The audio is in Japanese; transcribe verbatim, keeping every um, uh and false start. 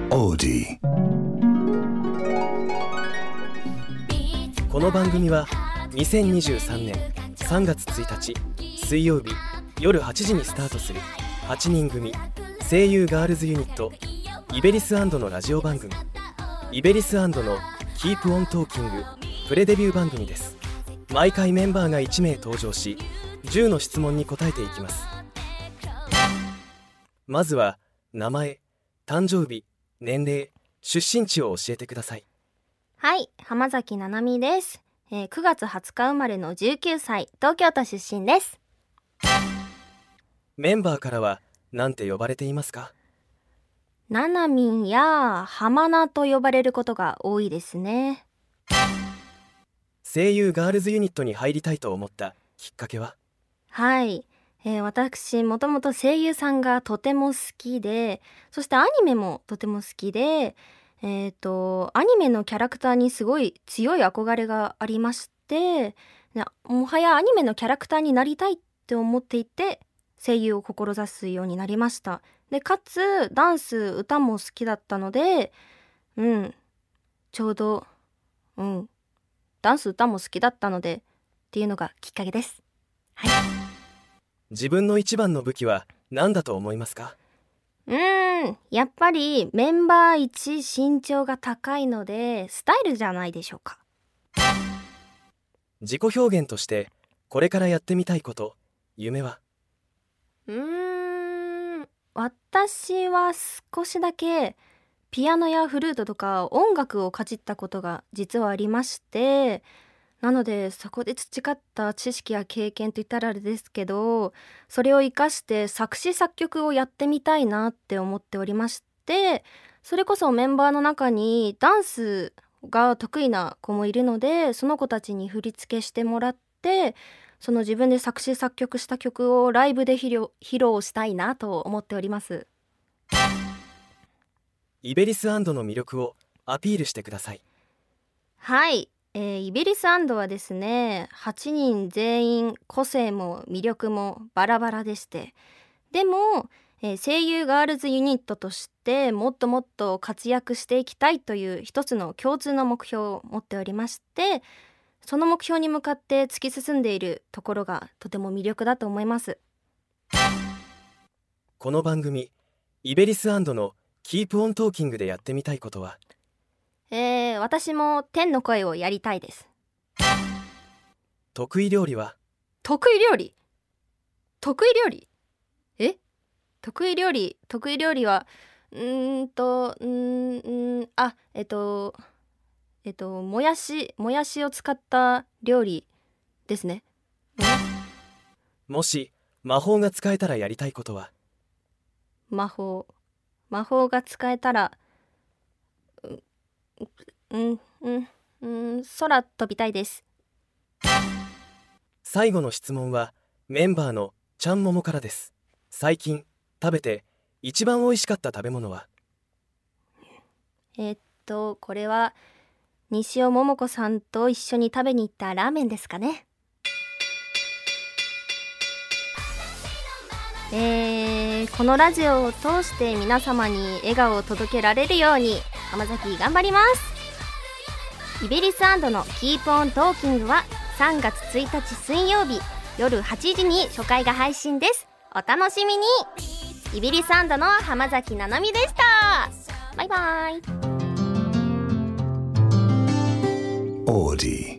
オーディ。 この番組はにせんにじゅうさんねんさんがつついたち水曜日夜はちじにスタートするはちにん組声優ガールズユニットイベリス&のラジオ番組イベリス&のキープオントーキングプレデビュー番組です。毎回メンバーがいちめい登場しじゅうの質問に答えていきます。まずは名前、誕生日、年齢、出身地を教えてください。 はい、浜崎ななみです、えー、くがつはつか生まれのじゅうきゅうさい、東京都出身です。 メンバーからは何て呼ばれていますか？ ななみんや浜名と呼ばれることが多いですね。 声優ガールズユニットに入りたいと思ったきっかけは？ はい、えー、私もともと声優さんがとても好きで、そしてアニメもとても好きで、えーと、アニメのキャラクターにすごい強い憧れがありまして、もはやアニメのキャラクターになりたいって思っていて声優を志すようになりました。でかつダンス歌も好きだったので、うんちょうどうんダンス歌も好きだったのでっていうのがきっかけです。はい。 自分の一番の武器は何だと思いますか？ うーんやっぱりメンバーいち身長が高いのでスタイルじゃないでしょうか。 自己表現としてこれからやってみたいこと、夢は？ うーん私は少しだけピアノやフルートとか音楽をかじったことが実はありまして、なのでそこで培った知識や経験といったらあれですけど、それを生かして作詞作曲をやってみたいなって思っておりまして、それこそメンバーの中にダンスが得意な子もいるので、その子たちに振り付けしてもらって、その自分で作詞作曲した曲をライブで披露、披露したいなと思っております。 イベリス&の魅力をアピールしてください。 はい、えー、イベリス&はですね、はちにん全員個性も魅力もバラバラでして、でも、えー、声優ガールズユニットとしてもっともっと活躍していきたいという一つの共通の目標を持っておりまして、その目標に向かって突き進んでいるところがとても魅力だと思います。 この番組イベリス&のキープオントーキングでやってみたいことは？ えー、私も天の声をやりたいです。 得意料理は？ 得意料理得意料理え得意料理得意料理はうーんとうーんあえっとえっともやしもやしを使った料理ですね。 もし魔法が使えたらやりたいことは？ 魔法魔法が使えたらううんうんうん空飛びたいです。 最後の質問はメンバーのちゃんももからです。最近食べて一番美味しかった食べ物は？ えっとこれは西尾桃子さんと一緒に食べに行ったラーメンですかね。えー、このラジオを通して皆様に笑顔を届けられるように浜崎頑張ります。イベリス&のキープオントーキングはさんがつついたち水曜日夜はちじに初回が配信です。お楽しみに。イベリス&の浜崎ななみでした。バイバイ。 オーディ。